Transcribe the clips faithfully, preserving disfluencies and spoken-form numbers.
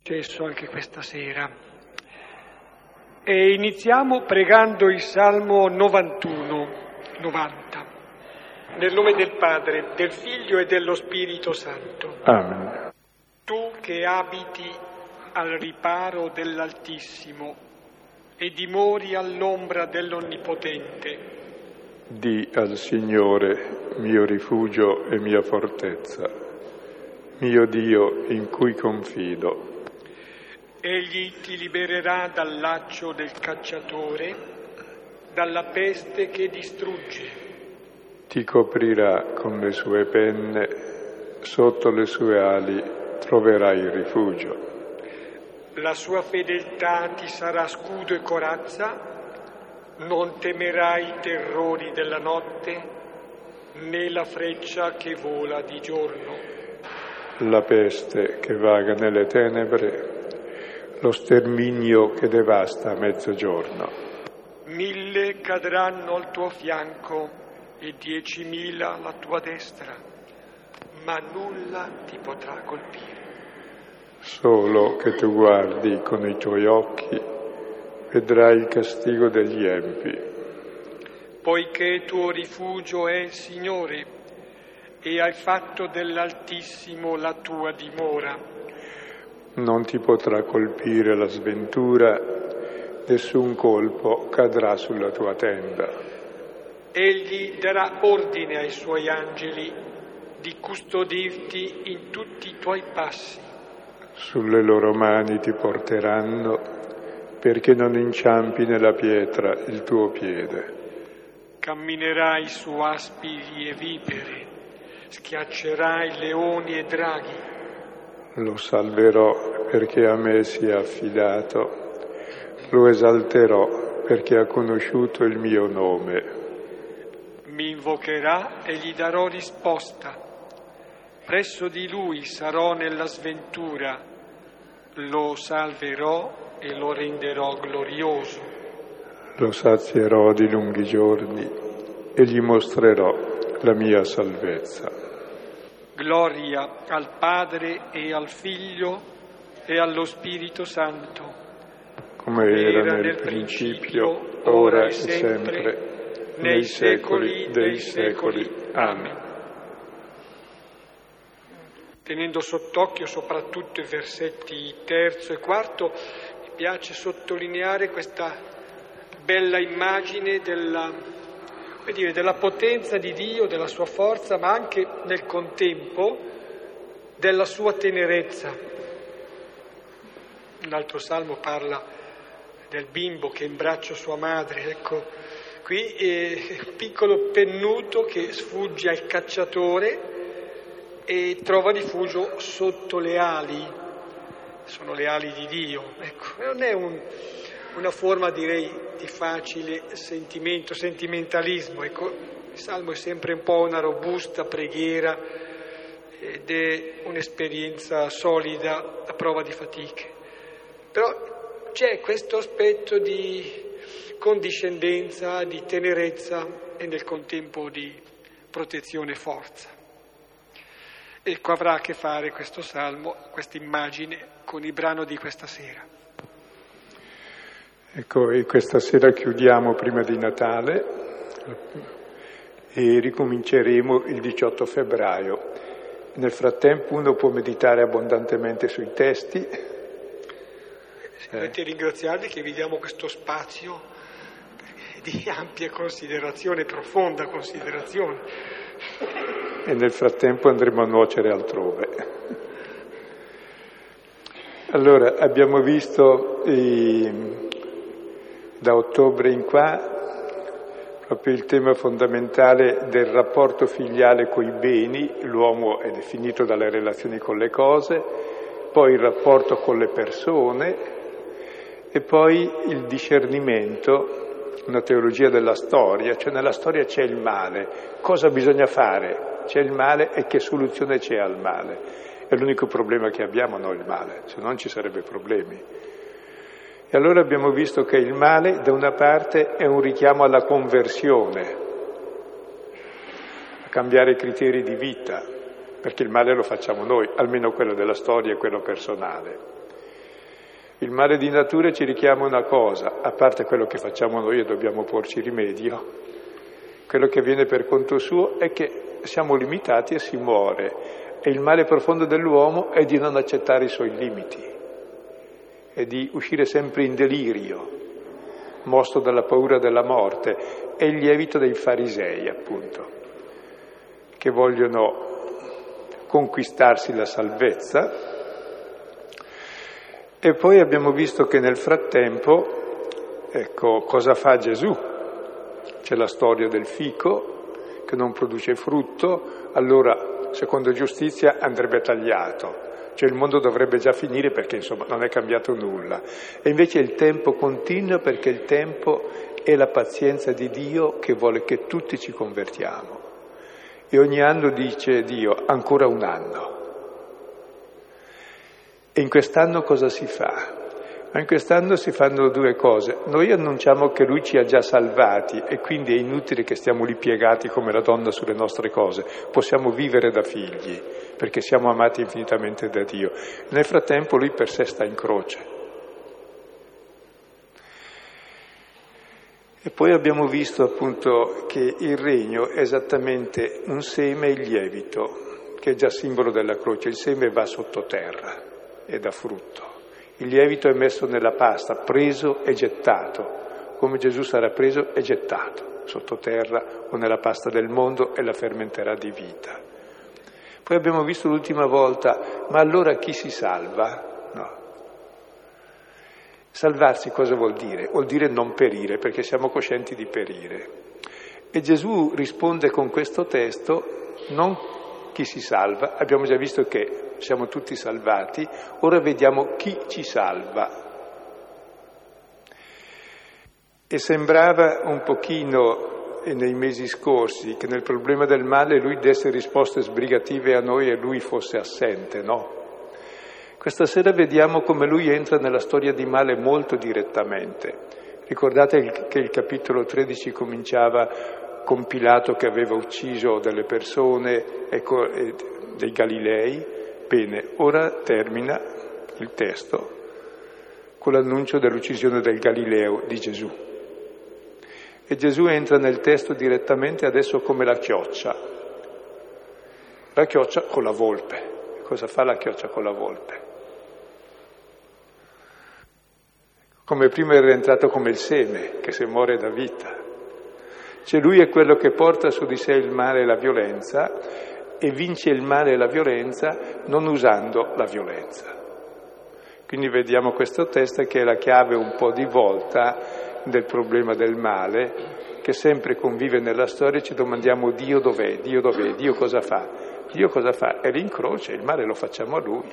Successo anche questa sera. E iniziamo pregando il Salmo novantuno, novanta, nel nome del Padre, del Figlio e dello Spirito Santo. Amen. Tu che abiti al riparo dell'Altissimo e dimori all'ombra dell'Onnipotente, Di al Signore, mio rifugio e mia fortezza, mio Dio in cui confido. Egli ti libererà dal laccio del cacciatore, dalla peste che distrugge. Ti coprirà con le sue penne, sotto le sue ali troverai rifugio. La sua fedeltà ti sarà scudo e corazza, non temerai i terrori della notte, né la freccia che vola di giorno. La peste che vaga nelle tenebre, lo sterminio che devasta a mezzogiorno. Mille cadranno al tuo fianco e diecimila alla tua destra, ma nulla ti potrà colpire. Solo che tu guardi con i tuoi occhi, vedrai il castigo degli empi. Poiché tuo rifugio è il Signore e hai fatto dell'Altissimo la tua dimora. Non ti potrà colpire la sventura, nessun colpo cadrà sulla tua tenda. Egli darà ordine ai suoi angeli di custodirti in tutti i tuoi passi. Sulle loro mani ti porteranno, perché non inciampi nella pietra il tuo piede. Camminerai su aspi e vipere, schiaccerai leoni e draghi. Lo salverò perché a me si è affidato, lo esalterò perché ha conosciuto il mio nome. Mi invocherà e gli darò risposta. Presso di lui sarò nella sventura, lo salverò e lo renderò glorioso. Lo sazierò di lunghi giorni e gli mostrerò la mia salvezza. Gloria al Padre e al Figlio e allo Spirito Santo, come era nel, nel principio, ora e sempre, nei secoli dei secoli. Amen. Tenendo sott'occhio soprattutto i versetti terzo e quarto, mi piace sottolineare questa bella immagine della come dire, della potenza di Dio, della sua forza, ma anche nel contempo della sua tenerezza. Un altro salmo parla del bimbo che imbraccia sua madre, ecco, qui è un piccolo pennuto che sfugge al cacciatore e trova rifugio sotto le ali, sono le ali di Dio, ecco, non è un... una forma, direi, di facile sentimento, sentimentalismo. Ecco, il Salmo è sempre un po' una robusta preghiera ed è un'esperienza solida a prova di fatiche. Però c'è questo aspetto di condiscendenza, di tenerezza e nel contempo di protezione e forza. Ecco, avrà a che fare questo Salmo, questa immagine, con il brano di questa sera. Ecco, e questa sera chiudiamo prima di Natale e ricominceremo il diciotto febbraio. Nel frattempo uno può meditare abbondantemente sui testi. Volete eh. ringraziarvi che vi diamo questo spazio di ampia considerazione, profonda considerazione. E nel frattempo andremo a nuocere altrove. Allora, abbiamo visto i... da ottobre in qua proprio il tema fondamentale del rapporto filiale coi beni. L'uomo è definito dalle relazioni con le cose, poi il rapporto con le persone e poi il discernimento, una teologia della storia, cioè nella storia c'è il male, cosa bisogna fare? C'è il male e che soluzione c'è al male? È l'unico problema che abbiamo noi il male, se no non ci sarebbe problemi. E allora abbiamo visto che il male, da una parte, è un richiamo alla conversione, a cambiare i criteri di vita, perché il male lo facciamo noi, almeno quello della storia e quello personale. Il male di natura ci richiama una cosa, a parte quello che facciamo noi e dobbiamo porci rimedio, quello che avviene per conto suo è che siamo limitati e si muore, e il male profondo dell'uomo è di non accettare i suoi limiti, è di uscire sempre in delirio, mosso dalla paura della morte, è il lievito dei farisei, appunto, che vogliono conquistarsi la salvezza. E poi abbiamo visto che nel frattempo, ecco, cosa fa Gesù? C'è la storia del fico che non produce frutto, allora, secondo giustizia, andrebbe tagliato. Cioè il mondo dovrebbe già finire perché, insomma, non è cambiato nulla. E invece il tempo continua perché il tempo è la pazienza di Dio che vuole che tutti ci convertiamo. E ogni anno dice Dio, ancora un anno. E in quest'anno cosa si fa? Ma in quest'anno si fanno due cose. Noi annunciamo che Lui ci ha già salvati e quindi è inutile che stiamo lì piegati come la donna sulle nostre cose. Possiamo vivere da figli, perché siamo amati infinitamente da Dio. Nel frattempo Lui per sé sta in croce. E poi abbiamo visto appunto che il regno è esattamente un seme e il lievito, che è già simbolo della croce. Il seme va sottoterra e dà frutto. Il lievito è messo nella pasta, preso e gettato, come Gesù sarà preso e gettato sottoterra o nella pasta del mondo e la fermenterà di vita. Poi abbiamo visto l'ultima volta, ma allora chi si salva? No. Salvarsi cosa vuol dire? Vuol dire non perire, perché siamo coscienti di perire. E Gesù risponde con questo testo, non chi si salva, abbiamo già visto che siamo tutti salvati, ora vediamo chi ci salva. E sembrava un pochino nei mesi scorsi che nel problema del male Lui desse risposte sbrigative a noi e Lui fosse assente, no? Questa sera vediamo come Lui entra nella storia di male molto direttamente. Ricordate che il capitolo tredici cominciava con Pilato che aveva ucciso delle persone e dei Galilei. Bene, ora termina il testo con l'annuncio dell'uccisione del Galileo di Gesù. E Gesù entra nel testo direttamente adesso come la chioccia. La chioccia con la volpe. Cosa fa la chioccia con la volpe? Come prima era entrato come il seme, che se muore dà vita. Cioè lui è quello che porta su di sé il male e la violenza e vince il male e la violenza non usando la violenza. Quindi vediamo questo testo che è la chiave un po' di volta del problema del male, che sempre convive nella storia e ci domandiamo Dio dov'è, Dio dov'è, Dio cosa fa? Dio cosa fa? È l'incrocio, il male lo facciamo a Lui.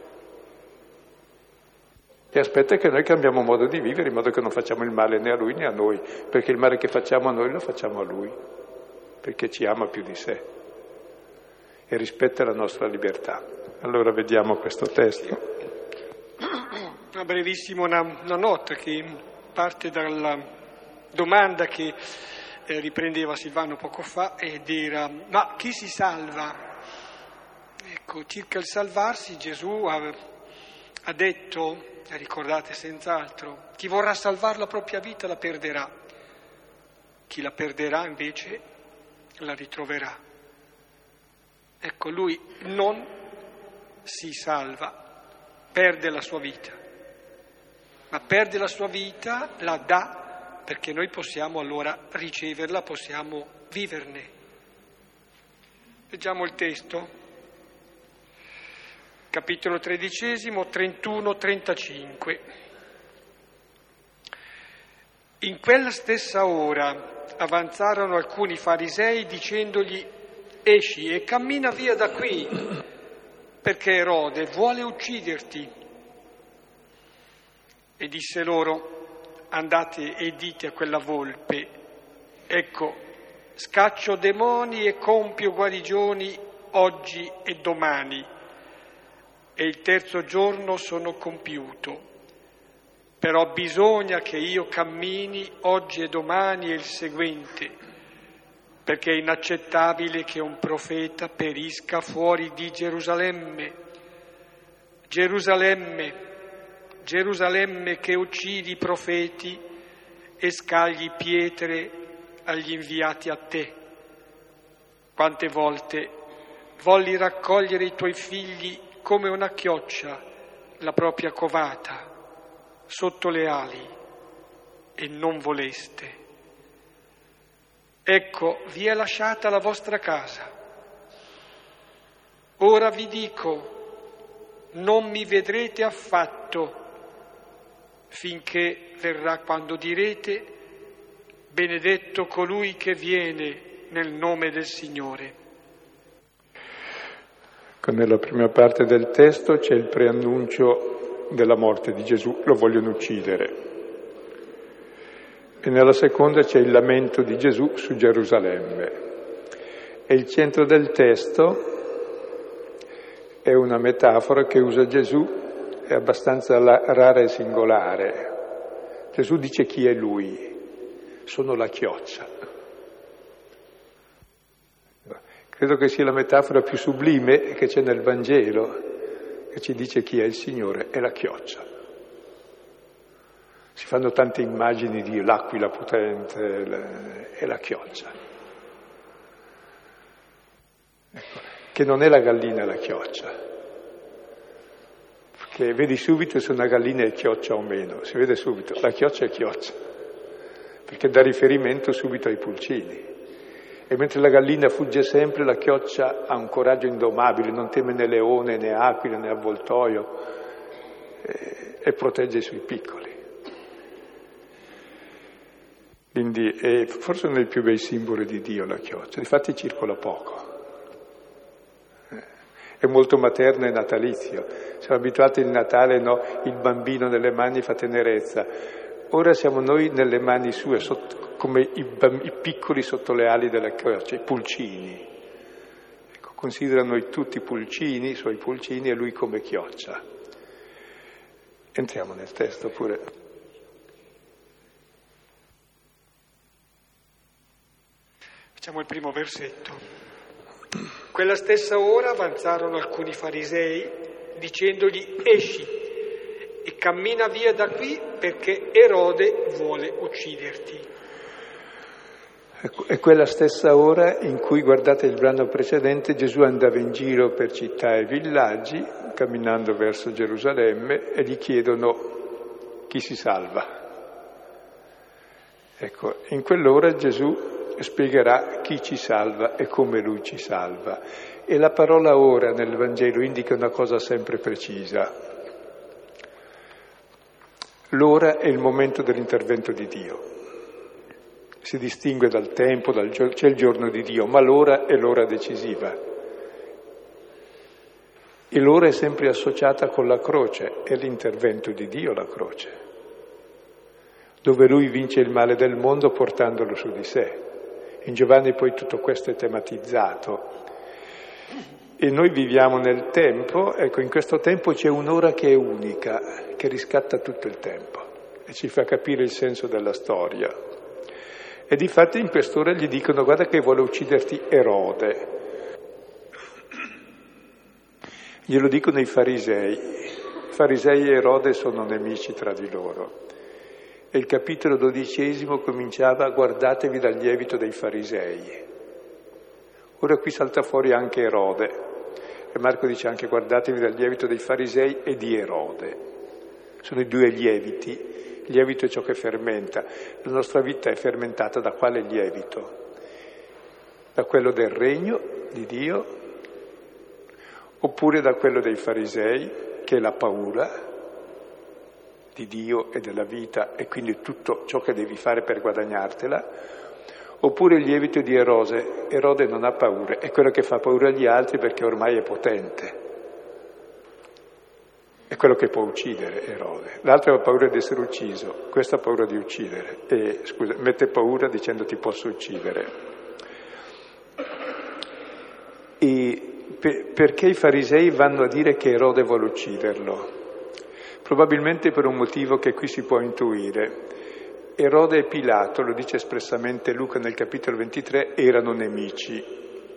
E aspetta che noi cambiamo modo di vivere in modo che non facciamo il male né a Lui né a noi, perché il male che facciamo a noi lo facciamo a Lui, perché ci ama più di sé e rispetta la nostra libertà. Allora vediamo questo testo. Una brevissima una, una nota che parte dalla domanda che eh, riprendeva Silvano poco fa ed era: ma chi si salva? Ecco, circa il salvarsi Gesù ha, ha detto, ricordate senz'altro, chi vorrà salvare la propria vita la perderà, chi la perderà invece la ritroverà. Ecco, lui non si salva, perde la sua vita, ma perde la sua vita, la dà, perché noi possiamo allora riceverla, possiamo viverne. Leggiamo il testo, capitolo tredicesimo, trentuno trentacinque. In quella stessa ora avanzarono alcuni farisei dicendogli: esci e cammina via da qui, perché Erode vuole ucciderti. E disse loro: andate e dite a quella volpe, ecco, scaccio demoni e compio guarigioni oggi e domani, e il terzo giorno sono compiuto. Però bisogna che io cammini oggi e domani e il seguente, perché è inaccettabile che un profeta perisca fuori di Gerusalemme. Gerusalemme, Gerusalemme che uccidi i profeti e scagli pietre agli inviati a te. Quante volte volli raccogliere i tuoi figli come una chioccia, la propria covata, sotto le ali, e non voleste. Ecco, vi è lasciata la vostra casa. Ora vi dico, non mi vedrete affatto, finché verrà quando direte, benedetto colui che viene nel nome del Signore. Nella prima parte del testo c'è il preannuncio della morte di Gesù, lo vogliono uccidere. E nella seconda c'è il lamento di Gesù su Gerusalemme. E il centro del testo è una metafora che usa Gesù, è abbastanza rara e singolare. Gesù dice chi è lui: sono la chioccia. Credo che sia la metafora più sublime che c'è nel Vangelo, che ci dice chi è il Signore, è la chioccia. Si fanno tante immagini di l'aquila potente, è la chioccia. Ecco, che non è la gallina, è la chioccia. Perché vedi subito se una gallina è chioccia o meno, si vede subito, la chioccia è chioccia, perché dà riferimento subito ai pulcini. E mentre la gallina fugge sempre, la chioccia ha un coraggio indomabile, non teme né leone, né aquile, né avvoltoio, e, e protegge i suoi piccoli. Quindi è forse uno dei più bei simboli di Dio la chioccia, infatti circola poco. È molto materno e natalizio. Siamo abituati il Natale, no? Il bambino nelle mani fa tenerezza. Ora siamo noi nelle mani sue, sotto, come i, bamb- i piccoli sotto le ali della chioccia, i pulcini. Ecco, considera noi tutti pulcini, i suoi pulcini, e lui come chioccia. Entriamo nel testo pure. Facciamo il primo versetto. Quella stessa ora avanzarono alcuni farisei dicendogli: esci e cammina via da qui perché Erode vuole ucciderti. È quella stessa ora in cui, guardate il brano precedente, Gesù andava in giro per città e villaggi, camminando verso Gerusalemme, e gli chiedono chi si salva. Ecco, in quell'ora Gesù spiegherà chi ci salva e come lui ci salva. E la parola ora nel Vangelo indica una cosa sempre precisa. L'ora è il momento dell'intervento di Dio. Si distingue dal tempo, dal gio- c'è il giorno di Dio, ma l'ora è l'ora decisiva. E l'ora è sempre associata con la croce, è l'intervento di Dio la croce, dove lui vince il male del mondo portandolo su di sé. In Giovanni poi tutto questo è tematizzato. E noi viviamo nel tempo, ecco, in questo tempo c'è un'ora che è unica, che riscatta tutto il tempo e ci fa capire il senso della storia. E difatti in quest'ora gli dicono: guarda che vuole ucciderti Erode. Glielo dicono i farisei. I farisei e Erode sono nemici tra di loro. E il capitolo dodicesimo cominciava: guardatevi dal lievito dei farisei. Ora qui salta fuori anche Erode. E Marco dice anche: guardatevi dal lievito dei farisei e di Erode. Sono i due lieviti. Il lievito è ciò che fermenta. La nostra vita è fermentata da quale lievito? Da quello del regno di Dio, oppure da quello dei farisei, che è la paura di Dio e della vita, e quindi tutto ciò che devi fare per guadagnartela, oppure il lievito di Erode. Erode non ha paure, è quello che fa paura agli altri perché ormai è potente. È quello che può uccidere Erode. L'altro ha paura di essere ucciso, questo ha paura di uccidere. E scusa, mette paura dicendo ti posso uccidere. E per, perché i farisei vanno a dire che Erode vuole ucciderlo? Probabilmente per un motivo che qui si può intuire. Erode e Pilato, lo dice espressamente Luca nel capitolo ventitré, erano nemici.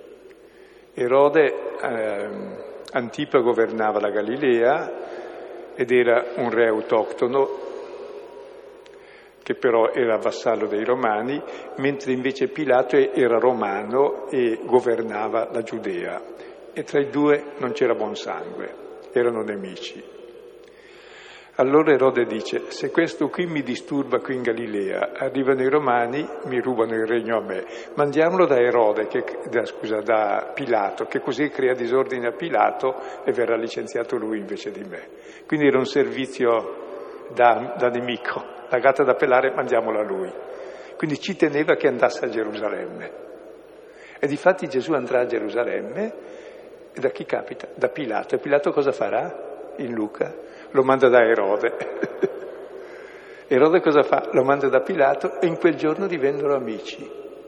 Erode, eh, Antipa governava la Galilea, ed era un re autoctono che però era vassallo dei Romani, mentre invece Pilato era romano e governava la Giudea. E tra i due non c'era buon sangue, erano nemici. Allora Erode dice: se questo qui mi disturba qui in Galilea, arrivano i Romani, mi rubano il regno a me, mandiamolo da Erode, che, da, scusa, da Pilato, che così crea disordine a Pilato e verrà licenziato lui invece di me. Quindi era un servizio da, da nemico, la gatta da pelare, mandiamola a lui. Quindi ci teneva che andasse a Gerusalemme. E difatti Gesù andrà a Gerusalemme, e da chi capita? Da Pilato. E Pilato cosa farà in Luca? Lo manda da Erode. Erode cosa fa? Lo manda da Pilato e in quel giorno divennero amici.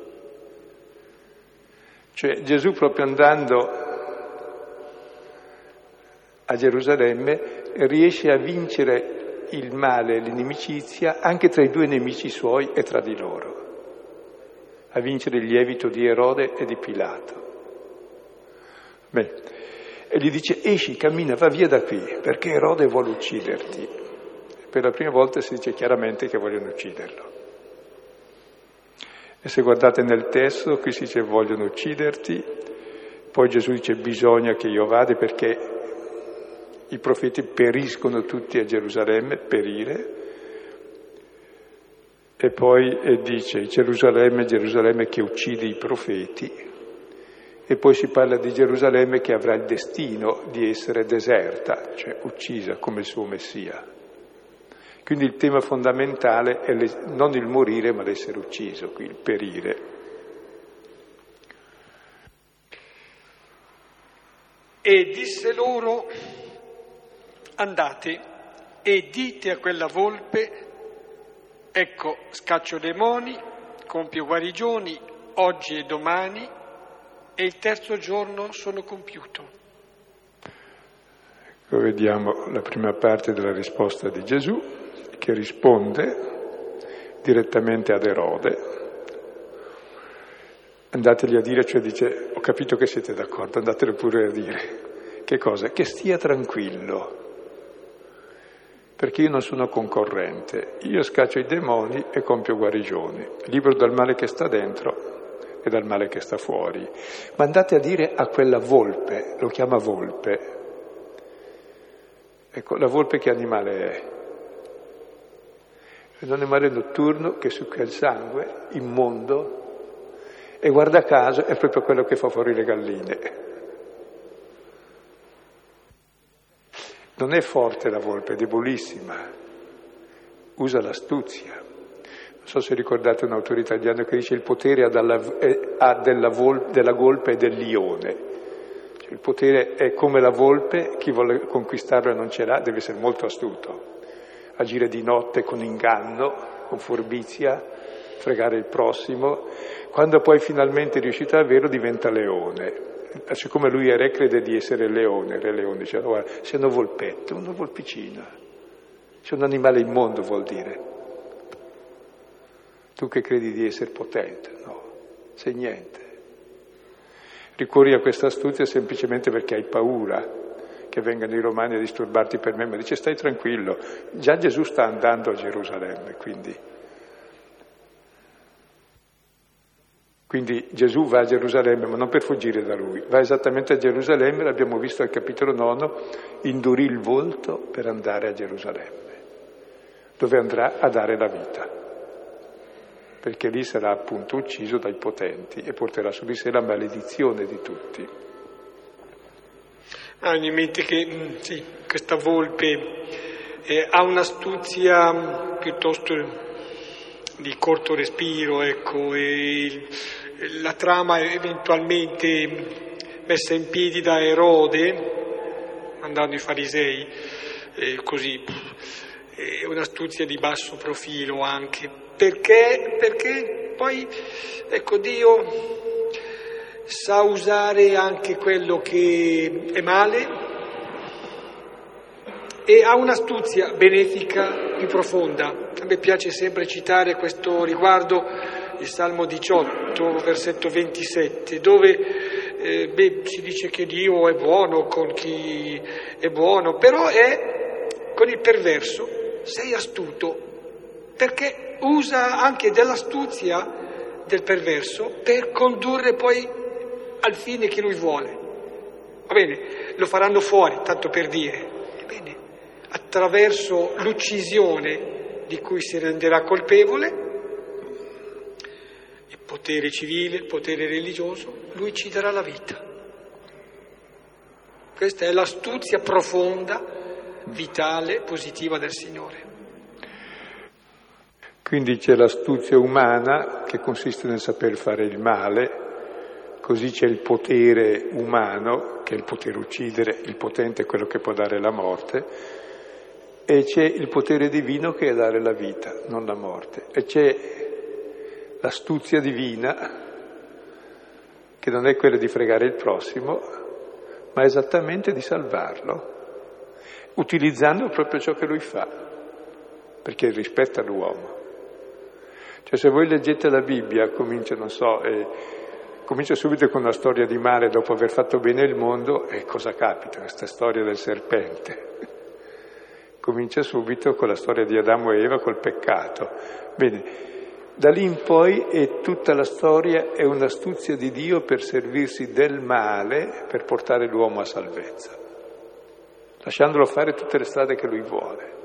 Cioè Gesù, proprio andando a Gerusalemme, riesce a vincere il male e l'inimicizia anche tra i due nemici suoi e tra di loro, a vincere il lievito di Erode e di Pilato. Beh, e gli dice: esci, cammina, va via da qui, perché Erode vuole ucciderti. Per la prima volta si dice chiaramente che vogliono ucciderlo. E se guardate nel testo, qui si dice vogliono ucciderti, poi Gesù dice bisogna che io vada perché i profeti periscono tutti a Gerusalemme, perire, e poi dice Gerusalemme, Gerusalemme che uccide i profeti. E poi si parla di Gerusalemme che avrà il destino di essere deserta, cioè uccisa come il suo Messia. Quindi il tema fondamentale è le, non il morire ma l'essere ucciso, qui il perire. E disse loro: andate e dite a quella volpe, ecco scaccio demoni, compio guarigioni, oggi e domani, e il terzo giorno sono compiuto. Ecco, vediamo la prima parte della risposta di Gesù, che risponde direttamente ad Erode. Andateli a dire, cioè dice: ho capito che siete d'accordo, andatelo pure a dire. Che cosa? Che stia tranquillo, perché io non sono concorrente, io scaccio i demoni e compio guarigioni, libero dal male che sta dentro e dal male che sta fuori. Ma andate a dire a quella volpe, lo chiama volpe. Ecco, la volpe che animale è? È un animale notturno che succhia il sangue, immondo, e guarda caso è proprio quello che fa fuori le galline. Non è forte la volpe, è debolissima, usa l'astuzia. Non so se ricordate un autore italiano che dice: il potere ha, dalla, ha della, vol, della golpe e del lione. Cioè, il potere è come la volpe, chi vuole conquistarlo e non ce l'ha deve essere molto astuto, agire di notte con inganno, con furbizia, fregare il prossimo. Quando poi finalmente è riuscito ad averlo diventa leone. Siccome lui è re, crede di essere leone, re leone, dice: guarda, sei una volpetta, una volpicina, sei un animale immondo, vuol dire. Tu che credi di essere potente, no, sei niente. Ricorri a questa astuzia semplicemente perché hai paura che vengano i romani a disturbarti per me, ma dice: stai tranquillo, già Gesù sta andando a Gerusalemme, quindi. Quindi Gesù va a Gerusalemme, ma non per fuggire da lui, va esattamente a Gerusalemme, l'abbiamo visto al capitolo nono, indurì il volto per andare a Gerusalemme, dove andrà a dare la vita. Perché lì sarà appunto ucciso dai potenti e porterà su di sé la maledizione di tutti. Ah, in mente che sì, questa volpe eh, ha un'astuzia piuttosto di corto respiro, ecco, e la trama eventualmente messa in piedi da Erode, mandando i farisei, eh, così, è un'astuzia di basso profilo anche. Perché? Perché poi, ecco, Dio sa usare anche quello che è male e ha un'astuzia benefica più profonda. A me piace sempre citare a questo riguardo il Salmo diciotto, versetto ventisette, dove eh, beh, si dice che Dio è buono con chi è buono, però è con il perverso sei astuto, perché usa anche dell'astuzia del perverso per condurre poi al fine che lui vuole. Va bene, lo faranno fuori, tanto per dire. Ebbene, attraverso l'uccisione di cui si renderà colpevole, il potere civile, il potere religioso, lui ci darà la vita. Questa è l'astuzia profonda, vitale, positiva del Signore. Quindi c'è l'astuzia umana che consiste nel saper fare il male, così c'è il potere umano, che è il potere uccidere, il potente è quello che può dare la morte, e c'è il potere divino che è dare la vita, non la morte. E c'è l'astuzia divina, che non è quella di fregare il prossimo, ma esattamente di salvarlo, utilizzando proprio ciò che lui fa, perché rispetta l'uomo. Cioè, se voi leggete la Bibbia, comincia, non so, eh, comincia subito con una storia di male dopo aver fatto bene il mondo, e cosa capita? Questa storia del serpente. Comincia subito con la storia di Adamo e Eva, col peccato. Bene, da lì in poi è tutta la storia, è un'astuzia di Dio per servirsi del male, per portare l'uomo a salvezza, lasciandolo fare tutte le strade che lui vuole.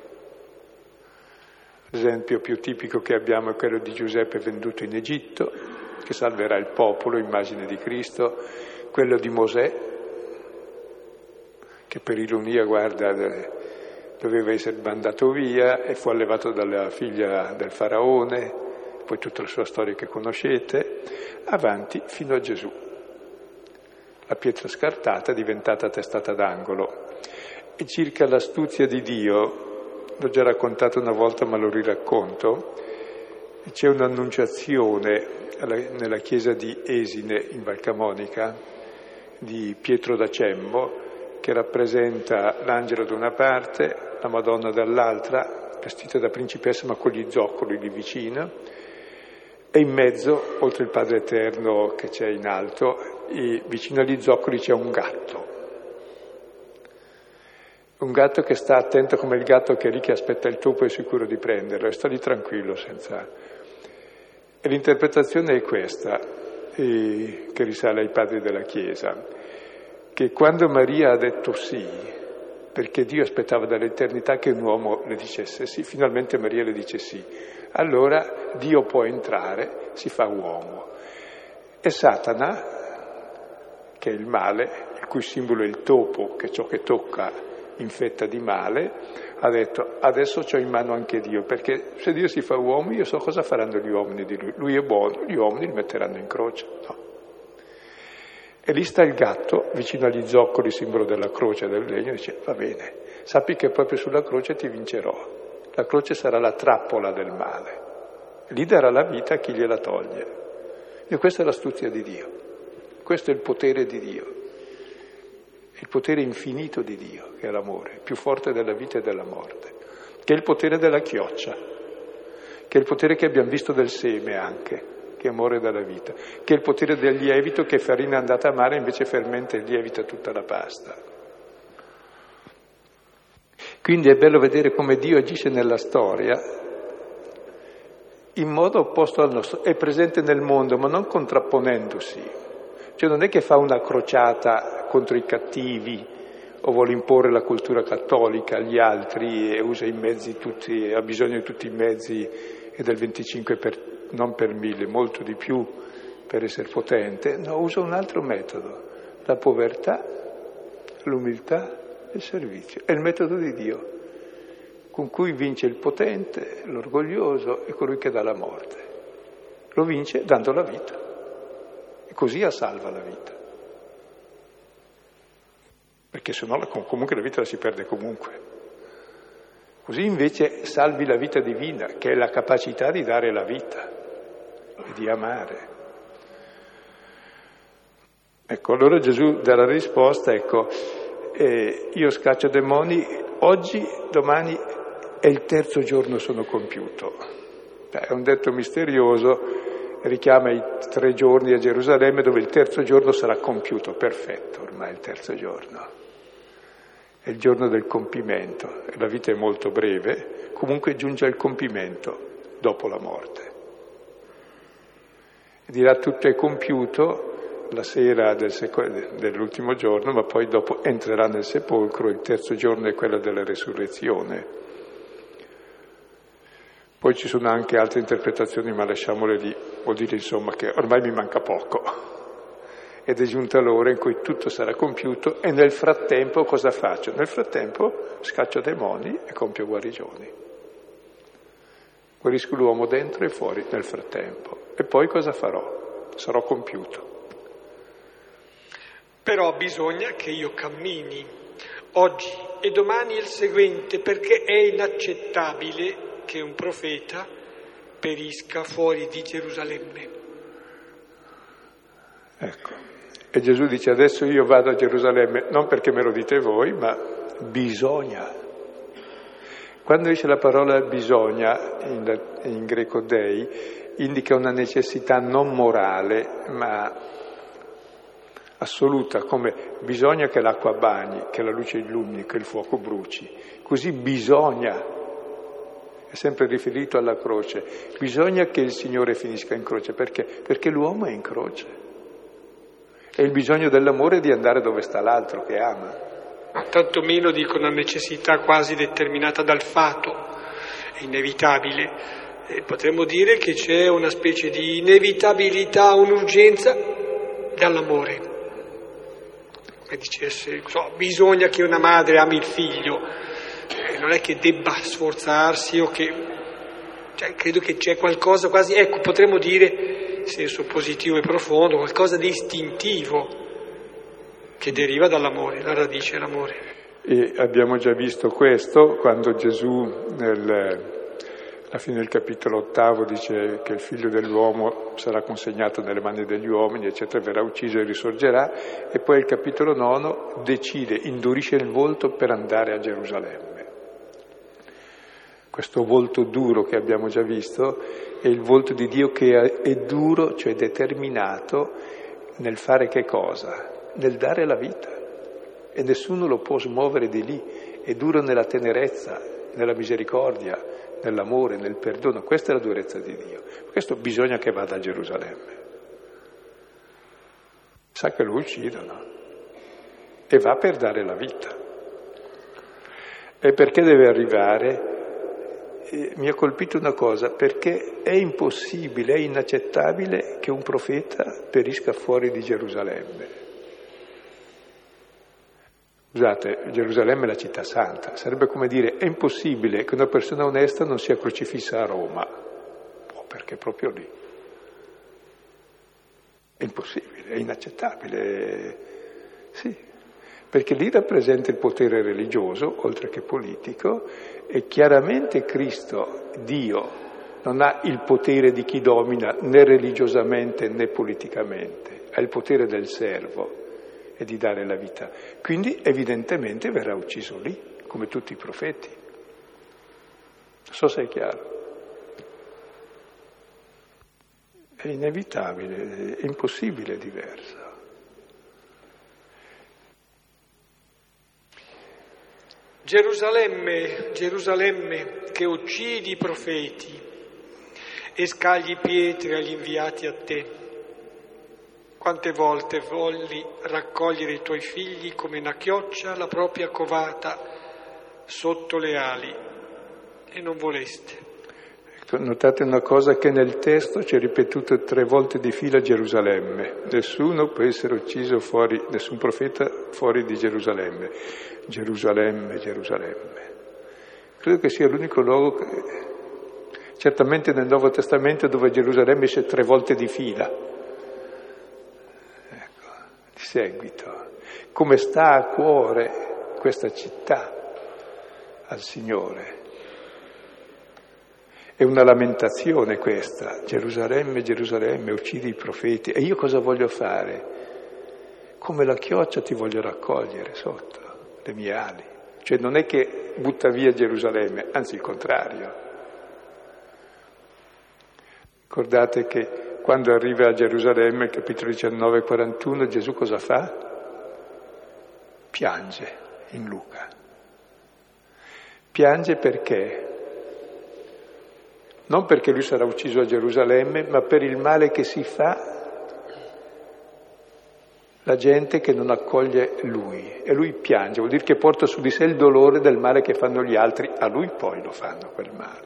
L'esempio più tipico che abbiamo è quello di Giuseppe venduto in Egitto, che salverà il popolo, immagine di Cristo, quello di Mosè, che per ironia, guarda, doveva essere mandato via e fu allevato dalla figlia del faraone, poi tutta la sua storia che conoscete, avanti fino a Gesù. La pietra scartata è diventata testata d'angolo. E circa l'astuzia di Dio, l'ho già raccontato una volta ma lo riracconto, c'è un'annunciazione nella chiesa di Esine in Val Camonica di Pietro da Cemmo, che rappresenta l'angelo da una parte, la Madonna dall'altra, vestita da principessa ma con gli zoccoli lì vicino, e in mezzo, oltre il Padre Eterno che c'è in alto, e vicino agli zoccoli c'è un gatto. Un gatto che sta attento come il gatto che è lì che aspetta il topo e è sicuro di prenderlo, e sta lì tranquillo senza... E l'interpretazione è questa, eh, che risale ai padri della Chiesa, che quando Maria ha detto sì, perché Dio aspettava dall'eternità che un uomo le dicesse sì, finalmente Maria le dice sì, allora Dio può entrare, si fa uomo. E Satana, che è il male, il cui simbolo è il topo, che è ciò che tocca infetta di male, ha detto adesso c'ho in mano anche Dio, perché se Dio si fa uomo io so cosa faranno gli uomini di lui, lui è buono, gli uomini li metteranno in croce, no. E lì sta il gatto vicino agli zoccoli, simbolo della croce del legno, e dice va bene, sappi che proprio sulla croce ti vincerò, la croce sarà la trappola del male, lì darà la vita a chi gliela toglie. E questa è l'astuzia di Dio, questo è il potere di Dio, il potere infinito di Dio, che è l'amore, più forte della vita e della morte, che è il potere della chioccia, che è il potere che abbiamo visto del seme anche, che è amore dalla vita, che è il potere del lievito, che è farina andata a mare, invece fermenta e lievita tutta la pasta. Quindi è bello vedere come Dio agisce nella storia in modo opposto al nostro, è presente nel mondo, ma non contrapponendosi. Cioè non è che fa una crociata contro i cattivi o vuole imporre la cultura cattolica agli altri e usa i mezzi tutti, ha bisogno di tutti i mezzi e del venticinque per, non per mille, molto di più per essere potente. No, usa un altro metodo, la povertà, l'umiltà e il servizio. È il metodo di Dio, con cui vince il potente, l'orgoglioso e colui che dà la morte. Lo vince dando la vita. E così salva la vita. Perché se no comunque la vita la si perde comunque. Così invece salvi la vita divina, che è la capacità di dare la vita e di amare. Ecco, allora Gesù dà la risposta, ecco, eh, io scaccio demoni, oggi, domani e il terzo giorno sono compiuto. Beh, è un detto misterioso, richiama i tre giorni a Gerusalemme dove il terzo giorno sarà compiuto, perfetto ormai il terzo giorno. È il giorno del compimento, la vita è molto breve, comunque giunge al compimento dopo la morte. E dirà tutto è compiuto la sera del seco- dell'ultimo giorno, ma poi dopo entrerà nel sepolcro, il terzo giorno è quello della resurrezione. Poi ci sono anche altre interpretazioni, ma lasciamole lì, vuol dire insomma che ormai mi manca poco. Ed è giunta l'ora in cui tutto sarà compiuto e nel frattempo cosa faccio? Nel frattempo scaccio demoni e compio guarigioni. Guarisco l'uomo dentro e fuori nel frattempo. E poi cosa farò? Sarò compiuto. Però bisogna che io cammini oggi e domani il seguente, perché è inaccettabile che un profeta perisca fuori di Gerusalemme. Ecco. E Gesù dice adesso io vado a Gerusalemme, non perché me lo dite voi, ma bisogna. Quando dice la parola bisogna, in, in greco dei, indica una necessità non morale, ma assoluta, come bisogna che l'acqua bagni, che la luce illumini, che il fuoco bruci. Così bisogna, è sempre riferito alla croce, bisogna che il Signore finisca in croce, perché? Perché l'uomo è in croce. È il bisogno dell'amore di andare dove sta l'altro che ama. Ma tanto meno dico una necessità quasi determinata dal fato, è inevitabile. E potremmo dire che c'è una specie di inevitabilità, un'urgenza dall'amore. Come dicesse, so, bisogna che una madre ami il figlio, eh, non è che debba sforzarsi o che... Cioè, credo che c'è qualcosa quasi, ecco, potremmo dire... in senso positivo e profondo, qualcosa di istintivo che deriva dall'amore, la radice è l'amore. E abbiamo già visto questo quando Gesù, nel, alla fine del capitolo ottavo, dice che il figlio dell'uomo sarà consegnato nelle mani degli uomini, eccetera, verrà ucciso e risorgerà, e poi il capitolo nono decide, indurisce il volto per andare a Gerusalemme. Questo volto duro che abbiamo già visto è il volto di Dio che è duro, cioè determinato nel fare che cosa? Nel dare la vita. E nessuno lo può smuovere di lì. È duro nella tenerezza, nella misericordia, nell'amore, nel perdono. Questa è la durezza di Dio. Questo bisogna che vada a Gerusalemme. Sa che lo uccidono e va per dare la vita. E perché deve arrivare? Mi ha colpito una cosa, perché è impossibile, è inaccettabile che un profeta perisca fuori di Gerusalemme. Scusate, Gerusalemme è la città santa, sarebbe come dire, è impossibile che una persona onesta non sia crocifissa a Roma, oh, perché è proprio lì. È impossibile, è inaccettabile, sì. Perché lì rappresenta il potere religioso, oltre che politico, e chiaramente Cristo, Dio, non ha il potere di chi domina né religiosamente né politicamente, ha il potere del servo e di dare la vita. Quindi evidentemente verrà ucciso lì, come tutti i profeti. Non so se è chiaro. È inevitabile, è impossibile, è diverso. Gerusalemme, Gerusalemme, che uccidi i profeti e scagli pietre agli inviati a te. Quante volte volli raccogliere i tuoi figli come una chioccia la propria covata sotto le ali e non voleste. Notate una cosa che nel testo c'è ripetuto tre volte di fila Gerusalemme. Nessuno può essere ucciso fuori, nessun profeta fuori di Gerusalemme. Gerusalemme, Gerusalemme. Credo che sia l'unico luogo, che, certamente nel Nuovo Testamento, dove Gerusalemme c'è tre volte di fila. Ecco, di seguito. Come sta a cuore questa città al Signore. È una lamentazione questa, Gerusalemme, Gerusalemme, uccidi i profeti. E io cosa voglio fare? Come la chioccia ti voglio raccogliere sotto le mie ali. Cioè non è che butta via Gerusalemme, anzi il contrario. Ricordate che quando arriva a Gerusalemme, capitolo diciannove quarantuno, Gesù cosa fa? Piange in Luca. Piange perché? Non perché lui sarà ucciso a Gerusalemme, ma per il male che si fa la gente che non accoglie lui. E lui piange, vuol dire che porta su di sé il dolore del male che fanno gli altri, a lui poi lo fanno quel male.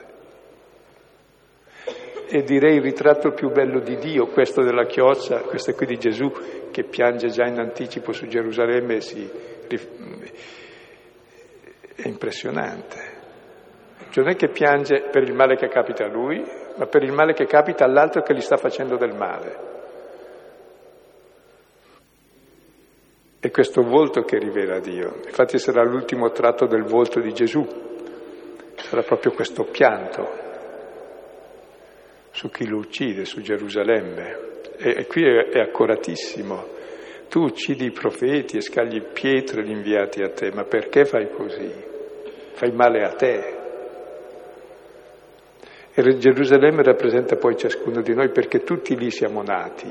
E direi il ritratto più bello di Dio, questo della chioccia, questo qui di Gesù, che piange già in anticipo su Gerusalemme, si, è impressionante. Cioè non è che piange per il male che capita a lui, ma per il male che capita all'altro che gli sta facendo del male. È questo volto che rivela Dio. Infatti sarà l'ultimo tratto del volto di Gesù, sarà proprio questo pianto su chi lo uccide, su Gerusalemme. E, e qui è, è accuratissimo. Tu uccidi i profeti e scagli pietre gli inviati a te, ma perché fai così? Fai male a te. E Gerusalemme rappresenta poi ciascuno di noi, perché tutti lì siamo nati.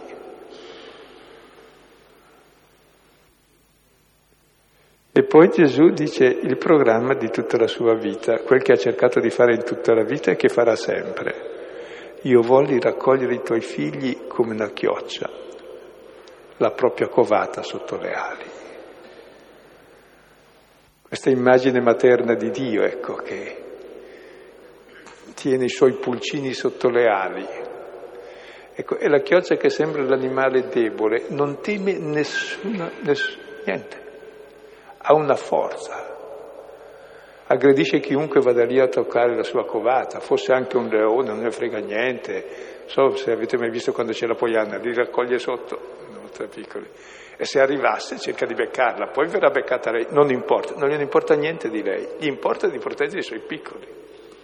E poi Gesù dice il programma di tutta la sua vita, quel che ha cercato di fare in tutta la vita e che farà sempre. Io volli raccogliere i tuoi figli come una chioccia, la propria covata sotto le ali. Questa immagine materna di Dio, ecco, che tiene i suoi pulcini sotto le ali. Ecco, è la chioccia che sembra l'animale debole, non teme nessuna, ness, niente, ha una forza. Aggredisce chiunque vada lì a toccare la sua covata, fosse anche un leone, non ne frega niente. Non so se avete mai visto quando c'è la poiana, li raccoglie sotto, no, tra piccoli. E se arrivasse cerca di beccarla, poi verrà beccata lei, non importa, non gliene importa niente di lei, gli importa di proteggere i suoi piccoli.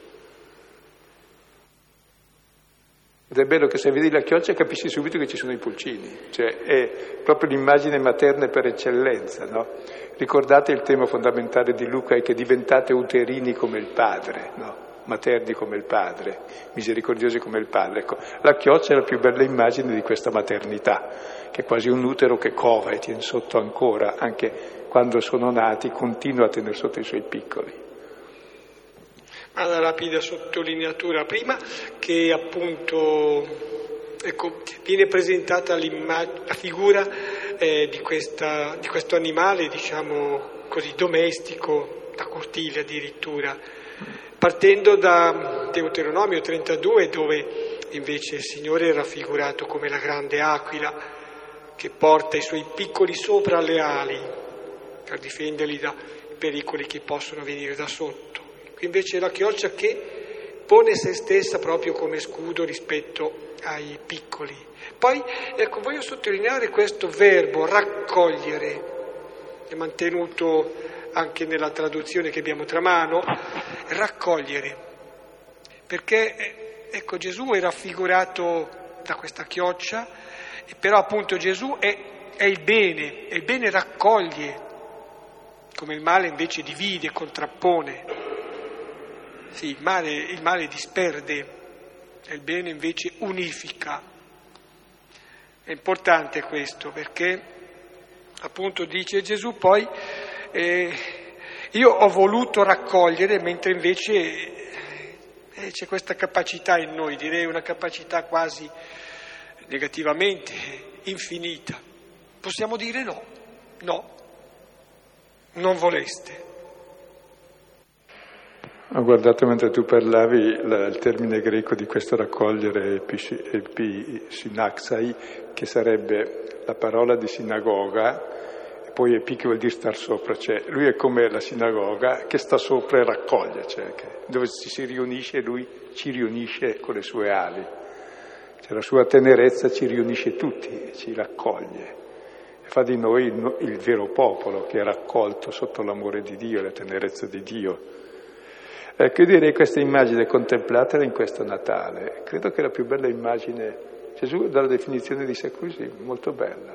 Ed è bello che se vedi la chioccia capisci subito che ci sono i pulcini, cioè è proprio l'immagine materna per eccellenza, no? Ricordate il tema fondamentale di Luca è che diventate uterini come il padre, no? Materni come il padre, misericordiosi come il padre. Ecco, la chioccia è la più bella immagine di questa maternità, che è quasi un utero che cova e tiene sotto ancora, anche quando sono nati, continua a tenere sotto i suoi piccoli. Una rapida sottolineatura prima che appunto ecco, viene presentata la figura eh, di, questa, di questo animale, diciamo così, domestico, da cortile addirittura, partendo da Deuteronomio trentadue, dove invece il Signore è raffigurato come la grande aquila che porta i suoi piccoli sopra le ali per difenderli da pericoli che possono venire da sotto. Invece è la chioccia che pone se stessa proprio come scudo rispetto ai piccoli. Poi, ecco, voglio sottolineare questo verbo, raccogliere, è mantenuto anche nella traduzione che abbiamo tra mano, raccogliere, perché, ecco, Gesù è raffigurato da questa chioccia, però appunto Gesù è, è il bene, e il bene raccoglie, come il male invece divide, contrappone. Sì, il male, il male disperde, e il bene invece unifica. È importante questo perché, appunto, dice Gesù poi, eh, io ho voluto raccogliere, mentre invece eh, c'è questa capacità in noi, direi una capacità quasi negativamente infinita. Possiamo dire no, no, non voleste. Ho guardato mentre tu parlavi la, il termine greco di questo raccogliere, episinaxai, che sarebbe la parola di sinagoga, e poi epi che vuol dire star sopra, cioè lui è come la sinagoga che sta sopra e raccoglie, cioè che, dove ci si riunisce lui ci riunisce con le sue ali, cioè la sua tenerezza ci riunisce tutti, ci raccoglie e fa di noi il, il vero popolo che è raccolto sotto l'amore di Dio, la tenerezza di Dio. Ecco, io direi questa immagine, contemplatela in questo Natale, credo che è la più bella immagine, Gesù dà la definizione di sé così, molto bella.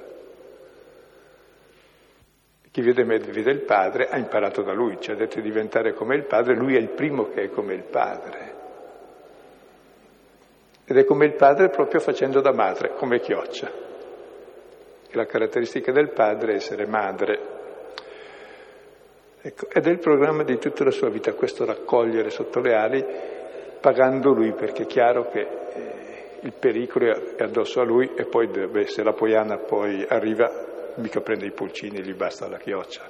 Chi vede me, vede il Padre, ha imparato da Lui, ci ha detto di diventare come il Padre, Lui è il primo che è come il Padre. Ed è come il Padre proprio facendo da madre, come chioccia. E la caratteristica del Padre è essere madre. Ecco, ed è il programma di tutta la sua vita, questo raccogliere sotto le ali, pagando lui, perché è chiaro che eh, il pericolo è addosso a lui e poi beh, se la Poiana poi arriva, mica prende i pulcini, gli basta la chioccia.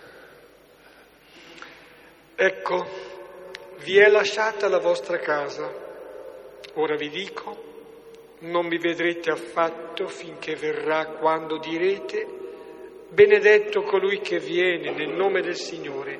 Ecco, vi è lasciata la vostra casa. Ora vi dico, non mi vedrete affatto finché verrà quando direte: benedetto colui che viene nel nome del Signore.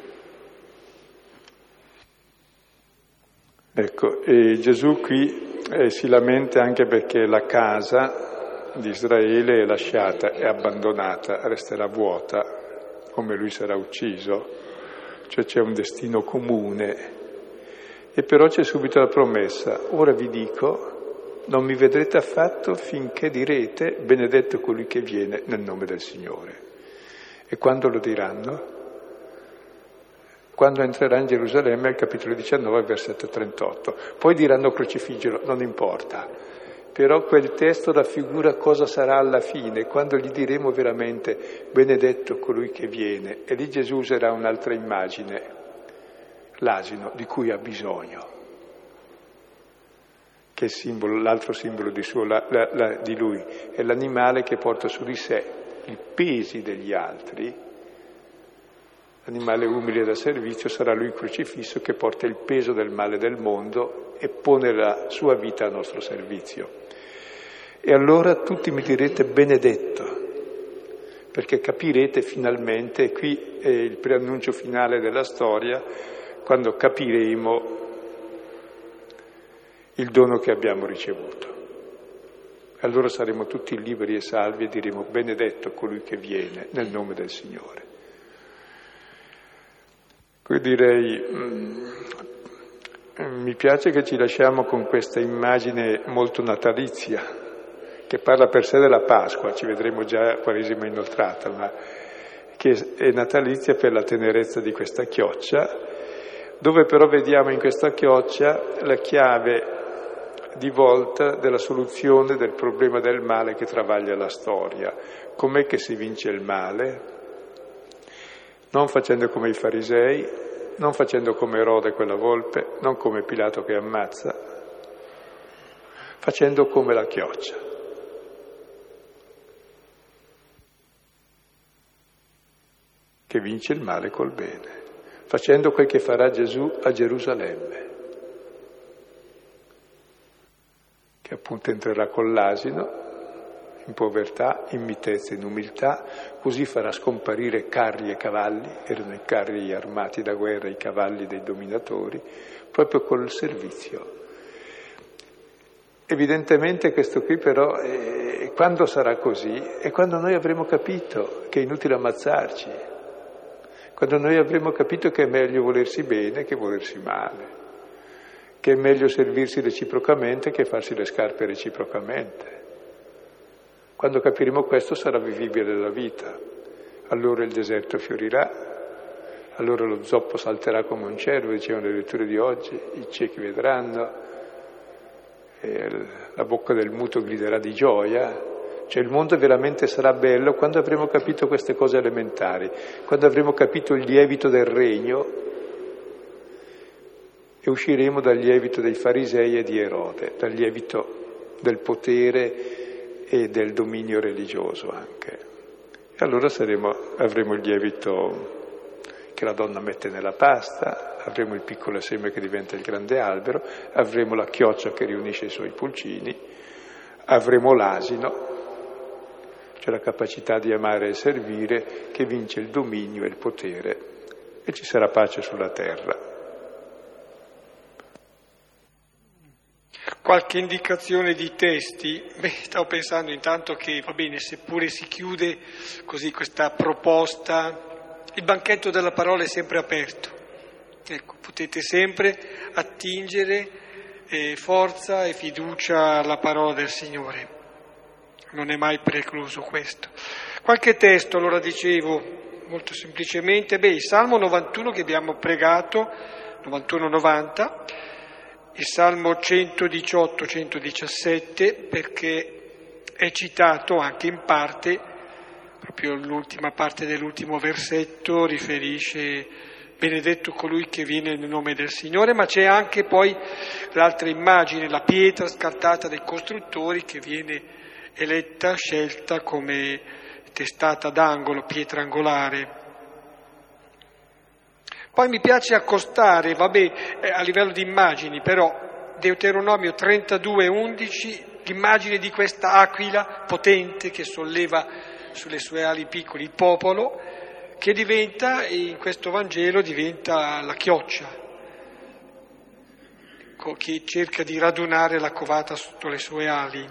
Ecco, e Gesù qui eh, si lamenta anche perché la casa di Israele è lasciata, è abbandonata, resterà vuota, come lui sarà ucciso, cioè c'è un destino comune. E però c'è subito la promessa: ora vi dico, non mi vedrete affatto finché direte: benedetto colui che viene nel nome del Signore. E quando lo diranno? Quando entrerà in Gerusalemme, al capitolo diciannove, versetto trentotto. Poi diranno crocifiggilo, non importa. Però quel testo raffigura cosa sarà alla fine, quando gli diremo veramente: benedetto colui che viene. E lì Gesù userà un'altra immagine, l'asino di cui ha bisogno, che è simbolo, l'altro simbolo di, suo, la, la, la, di lui, è l'animale che porta su di sé i pesi degli altri. L'animale umile da servizio sarà lui crocifisso che porta il peso del male del mondo e pone la sua vita a nostro servizio. E allora tutti mi direte benedetto, perché capirete finalmente, e qui è il preannuncio finale della storia, quando capiremo il dono che abbiamo ricevuto. Allora saremo tutti liberi e salvi e diremo: benedetto colui che viene nel nome del Signore. Qui direi, mm, mi piace che ci lasciamo con questa immagine molto natalizia, che parla per sé della Pasqua, ci vedremo già a Quaresima inoltrata, ma che è natalizia per la tenerezza di questa chioccia, dove però vediamo in questa chioccia la chiave di volta della soluzione del problema del male che travaglia la storia. Com'è che si vince il male? Non facendo come i farisei, non facendo come Erode quella volpe, non come Pilato che ammazza, facendo come la chioccia. Che vince il male col bene, facendo quel che farà Gesù a Gerusalemme, che appunto entrerà con l'asino in povertà, in mitezza, in umiltà, così farà scomparire carri e cavalli, erano i carri armati da guerra, i cavalli dei dominatori, proprio col servizio. Evidentemente questo qui però, eh, quando sarà così, è quando noi avremo capito che è inutile ammazzarci, quando noi avremo capito che è meglio volersi bene che volersi male, che è meglio servirsi reciprocamente che farsi le scarpe reciprocamente. Quando capiremo questo sarà vivibile la vita, allora il deserto fiorirà, allora lo zoppo salterà come un cervo, dicevano le letture di oggi, i ciechi vedranno, e la bocca del muto griderà di gioia, cioè il mondo veramente sarà bello quando avremo capito queste cose elementari, quando avremo capito il lievito del regno e usciremo dal lievito dei farisei e di Erode, dal lievito del potere e del dominio religioso anche. E allora saremo, avremo il lievito che la donna mette nella pasta, avremo il piccolo seme che diventa il grande albero, avremo la chioccia che riunisce i suoi pulcini, avremo l'asino, cioè la capacità di amare e servire, che vince il dominio e il potere, e ci sarà pace sulla terra. Qualche indicazione di testi? Beh, stavo pensando intanto che, va bene, seppure si chiude così questa proposta, il banchetto della parola è sempre aperto. Ecco, potete sempre attingere eh, forza e fiducia alla parola del Signore. Non è mai precluso questo. Qualche testo, allora dicevo, molto semplicemente, beh, il Salmo novantuno che abbiamo pregato, novantuno novanta, il Salmo centodiciotto centodiciassette, perché è citato anche in parte proprio l'ultima parte dell'ultimo versetto riferisce benedetto colui che viene nel nome del Signore, ma c'è anche poi l'altra immagine, la pietra scartata dai costruttori che viene eletta, scelta come testata d'angolo, pietra angolare. Poi mi piace accostare, vabbè, a livello di immagini, però Deuteronomio trentadue undici, l'immagine di questa aquila potente che solleva sulle sue ali piccoli il popolo, che diventa, in questo Vangelo, diventa la chioccia, che cerca di radunare la covata sotto le sue ali.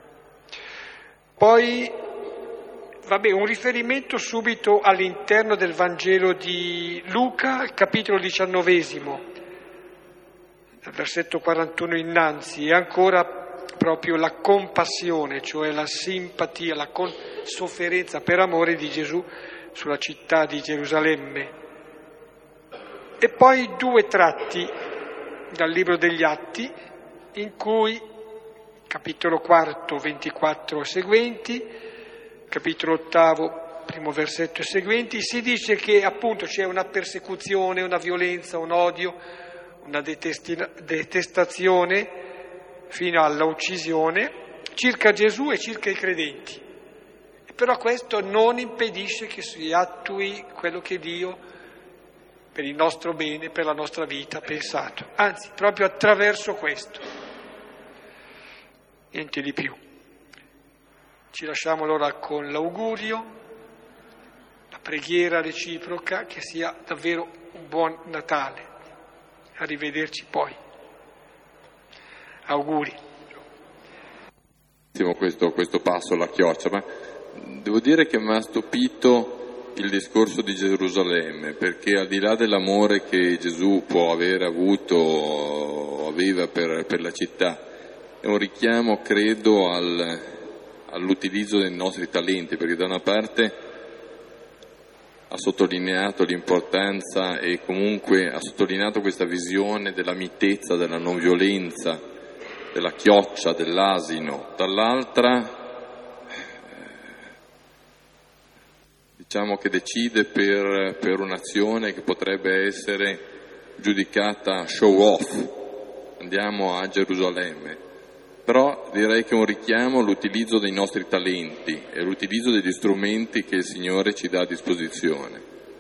Poi, vabbè, un riferimento subito all'interno del Vangelo di Luca, il capitolo diciannovesimo, dal versetto quarantuno innanzi, e ancora proprio la compassione, cioè la simpatia, la con- sofferenza per amore di Gesù sulla città di Gerusalemme. E poi due tratti dal libro degli Atti, in cui, capitolo quarto, ventiquattro e seguenti, capitolo ottavo, primo versetto e seguenti, si dice che appunto c'è una persecuzione, una violenza, un odio, una detestina- detestazione fino alla uccisione circa Gesù e circa i credenti. E però questo non impedisce che si attui quello che Dio, per il nostro bene, per la nostra vita, ha pensato. Anzi, proprio attraverso questo. Niente di più. Ci lasciamo allora con l'augurio, la preghiera reciproca, che sia davvero un buon Natale. Arrivederci poi. Auguri. Questo, questo passo alla chioccia, ma devo dire che mi ha stupito il discorso di Gerusalemme, perché al di là dell'amore che Gesù può aver avuto o aveva per, per la città, è un richiamo, credo, al, all'utilizzo dei nostri talenti, perché da una parte ha sottolineato l'importanza e comunque ha sottolineato questa visione della mitezza, della non violenza, della chioccia, dell'asino, dall'altra diciamo che decide per, per un'azione che potrebbe essere giudicata show off, andiamo a Gerusalemme, però direi che è un richiamo all'utilizzo dei nostri talenti e l'utilizzo degli strumenti che il Signore ci dà a disposizione.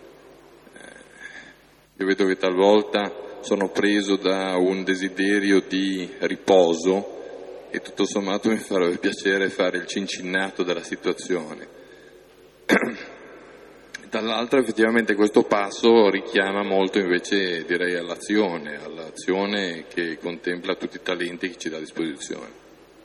Io vedo che talvolta sono preso da un desiderio di riposo e tutto sommato mi farebbe piacere fare il cincinnato della situazione. Dall'altro effettivamente questo passo richiama molto invece direi all'azione, all'azione che contempla tutti i talenti che ci dà a disposizione.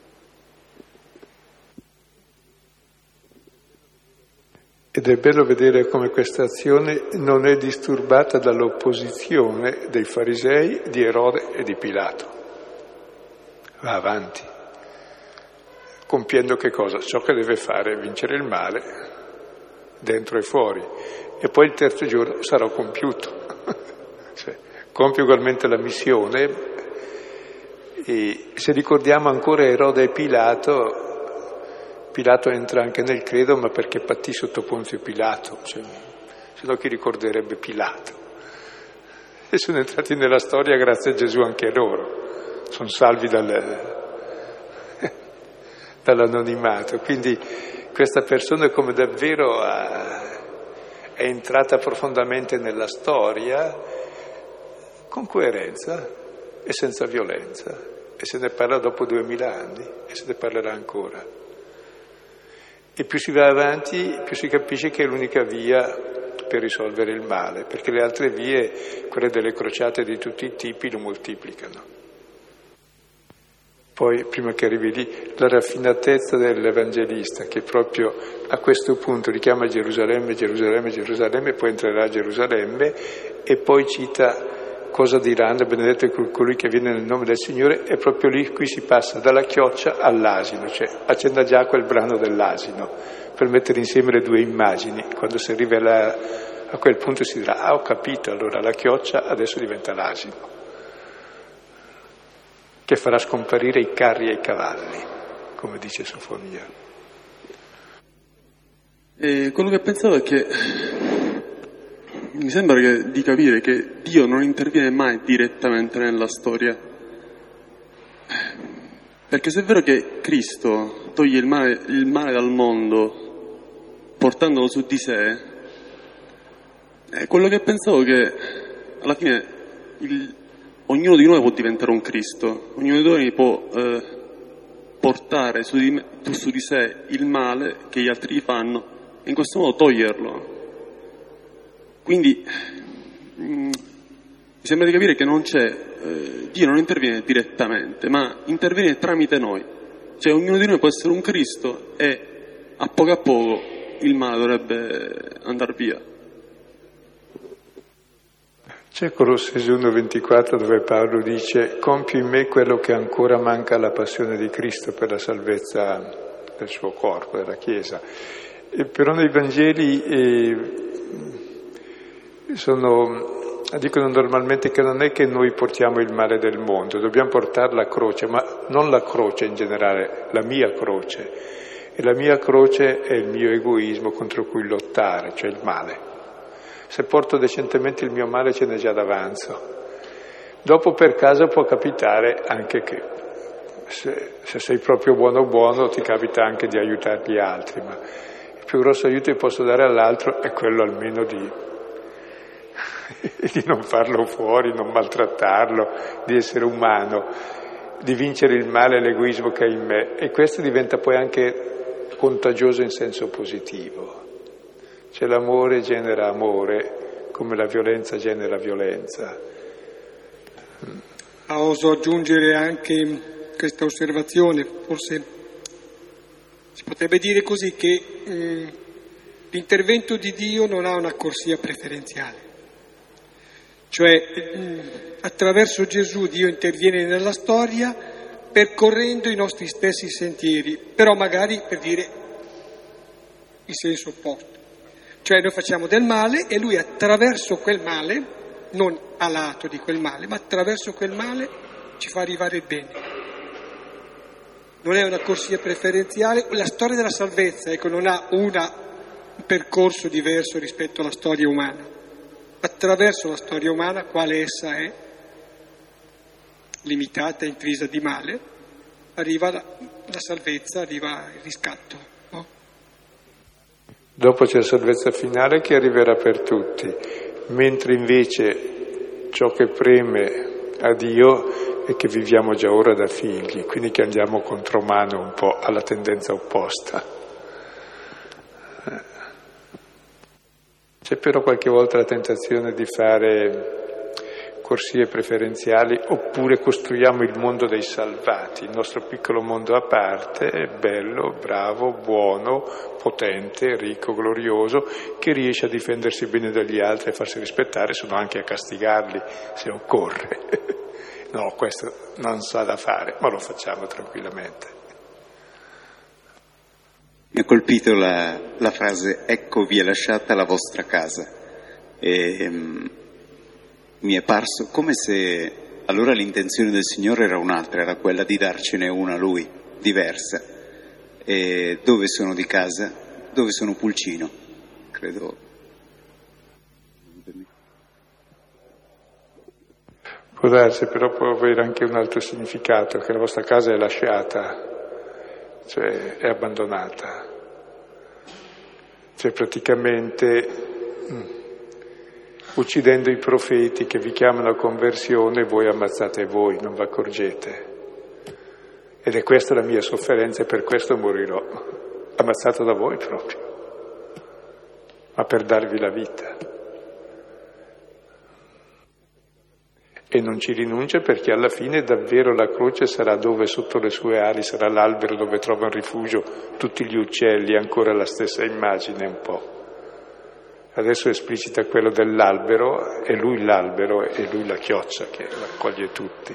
Ed è bello vedere come questa azione non è disturbata dall'opposizione dei farisei, di Erode e di Pilato. Va avanti, compiendo che cosa? Ciò che deve fare, vincere il male, dentro e fuori. E poi il terzo giorno sarà compiuto. Cioè, compie ugualmente la missione. E se ricordiamo ancora Erode e Pilato, Pilato entra anche nel credo, ma perché patì sotto Ponzio Pilato, cioè, se no chi ricorderebbe Pilato? E sono entrati nella storia grazie a Gesù anche loro, sono salvi dal, dall'anonimato. Quindi questa persona è come davvero ha, è entrata profondamente nella storia, con coerenza e senza violenza, e se ne parla dopo duemila anni, e se ne parlerà ancora. E più si va avanti, più si capisce che è l'unica via per risolvere il male, perché le altre vie, quelle delle crociate di tutti i tipi, lo moltiplicano. Poi, prima che arrivi lì, la raffinatezza dell'Evangelista, che proprio a questo punto richiama Gerusalemme, Gerusalemme, Gerusalemme, poi entrerà a Gerusalemme e poi cita cosa diranno, benedetto è colui che viene nel nome del Signore, e proprio lì qui si passa dalla chioccia all'asino, cioè accenda già quel brano dell'asino, per mettere insieme le due immagini. Quando si arriva là, a quel punto si dirà, ah ho capito, allora la chioccia adesso diventa l'asino, che farà scomparire i carri e i cavalli, come dice Sofonia. E quello che pensavo è che mi sembra che, di capire che Dio non interviene mai direttamente nella storia. Perché se è vero che Cristo toglie il male, il male dal mondo portandolo su di sé, è quello che pensavo che alla fine il, ognuno di noi può diventare un Cristo, ognuno di noi può eh, portare su di, me, su di sé il male che gli altri gli fanno e in questo modo toglierlo. Quindi mh, mi sembra di capire che non c'è, eh, Dio non interviene direttamente, ma interviene tramite noi. Cioè ognuno di noi può essere un Cristo e a poco a poco il male dovrebbe andare via. C'è Colossesi uno ventiquattro dove Paolo dice: compio in me quello che ancora manca alla passione di Cristo per la salvezza del suo corpo, della Chiesa. E però nei Vangeli eh, sono, dicono normalmente che non è che noi portiamo il male del mondo, dobbiamo portare la croce, ma non la croce in generale, la mia croce. E la mia croce è il mio egoismo contro cui lottare, cioè il male. Se porto decentemente il mio male ce n'è già d'avanzo. Dopo per caso può capitare anche che, se, se sei proprio buono buono, ti capita anche di aiutare gli altri, ma il più grosso aiuto che posso dare all'altro è quello almeno di, di non farlo fuori, non maltrattarlo, di essere umano, di vincere il male e l'egoismo che è in me. E questo diventa poi anche contagioso in senso positivo. Cioè l'amore genera amore, come la violenza genera violenza. Ah, oso aggiungere anche questa osservazione, forse si potrebbe dire così, che mh, l'intervento di Dio non ha una corsia preferenziale. Cioè mh, attraverso Gesù Dio interviene nella storia percorrendo i nostri stessi sentieri, però magari per dire in senso opposto. Cioè noi facciamo del male e lui attraverso quel male, non a lato di quel male, ma attraverso quel male ci fa arrivare il bene. Non è una corsia preferenziale, la storia della salvezza, ecco, non ha una, un percorso diverso rispetto alla storia umana. Attraverso la storia umana, quale essa è, limitata, intrisa di male, arriva la, la salvezza, arriva il riscatto. Dopo c'è la salvezza finale che arriverà per tutti, mentre invece ciò che preme a Dio è che viviamo già ora da figli, quindi che andiamo contromano un po' alla tendenza opposta. C'è però qualche volta la tentazione di fare corsie preferenziali, oppure costruiamo il mondo dei salvati, il nostro piccolo mondo a parte, bello, bravo, buono, potente, ricco, glorioso, che riesce a difendersi bene dagli altri e a farsi rispettare, se no anche a castigarli se occorre. No, questo non sa da fare, ma lo facciamo tranquillamente. Mi ha colpito la, la frase «Ecco vi è lasciata la vostra casa». E, um, mi è parso come se allora l'intenzione del Signore era un'altra, era quella di darcene una a Lui, diversa. E dove sono di casa? Dove sono pulcino? Credo. Può darsi, però può avere anche un altro significato, che la vostra casa è lasciata, cioè è abbandonata. Cioè praticamente mh, uccidendo i profeti che vi chiamano a conversione, voi ammazzate voi, non vi accorgete. Ed è questa la mia sofferenza e per questo morirò, ammazzato da voi proprio, ma per darvi la vita. E non ci rinuncia perché alla fine davvero la croce sarà dove sotto le sue ali, sarà l'albero dove trovano rifugio tutti gli uccelli, ancora la stessa immagine un po'. Adesso esplicita quello dell'albero, è lui l'albero e lui la chioccia che raccoglie tutti.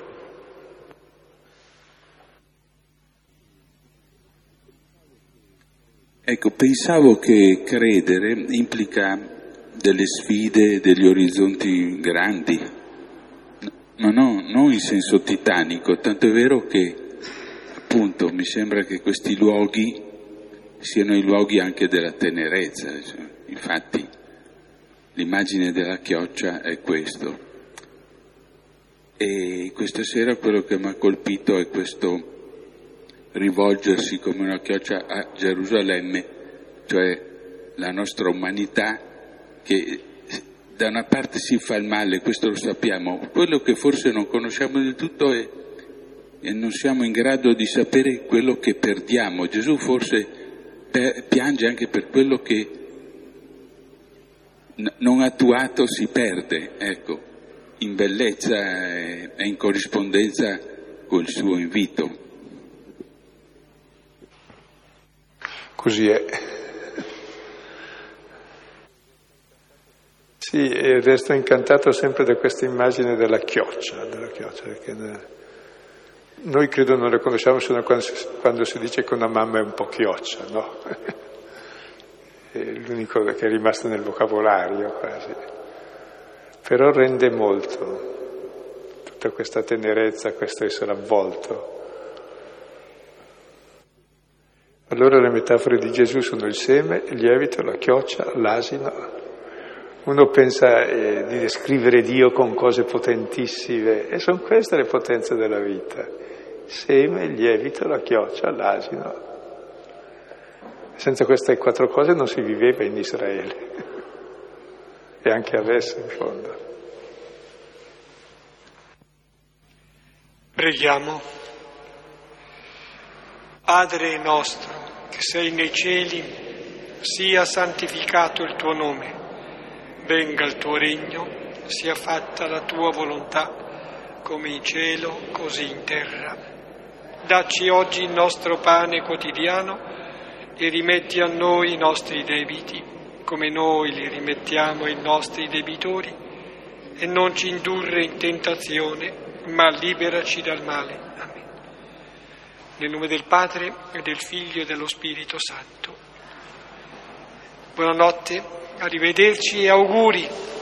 Ecco, pensavo che credere implica delle sfide, degli orizzonti grandi. No, no, non in senso titanico, tanto è vero che appunto mi sembra che questi luoghi siano i luoghi anche della tenerezza. Infatti l'immagine della chioccia è questo. E questa sera quello che mi ha colpito è questo rivolgersi come una chioccia a Gerusalemme, cioè la nostra umanità che da una parte si fa il male, questo lo sappiamo, quello che forse non conosciamo del tutto è e non siamo in grado di sapere quello che perdiamo. Gesù forse piange anche per quello che non attuato si perde, ecco, in bellezza e in corrispondenza col suo invito. Così è. Sì, e resto incantato sempre da questa immagine della chioccia, della chioccia, perché noi credo non la conosciamo solo quando si, quando si dice che una mamma è un po' chioccia, no? È l'unico che è rimasto nel vocabolario quasi. Però rende molto, tutta questa tenerezza, questo essere avvolto. Allora le metafore di Gesù sono il seme, il lievito, la chioccia, l'asino. Uno pensa eh, di descrivere Dio con cose potentissime, e sono queste le potenze della vita. Il seme, il lievito, la chioccia, l'asino. Senza queste quattro cose non si viveva in Israele. E anche adesso, in fondo. Preghiamo. Padre nostro, che sei nei cieli, sia santificato il tuo nome. Venga il tuo regno, sia fatta la tua volontà, come in cielo, così in terra. Dacci oggi il nostro pane quotidiano e rimetti a noi i nostri debiti, come noi li rimettiamo ai nostri debitori, e non ci indurre in tentazione, ma liberaci dal male. Amen. Nel nome del Padre, e del Figlio e dello Spirito Santo. Buonanotte. Arrivederci e auguri.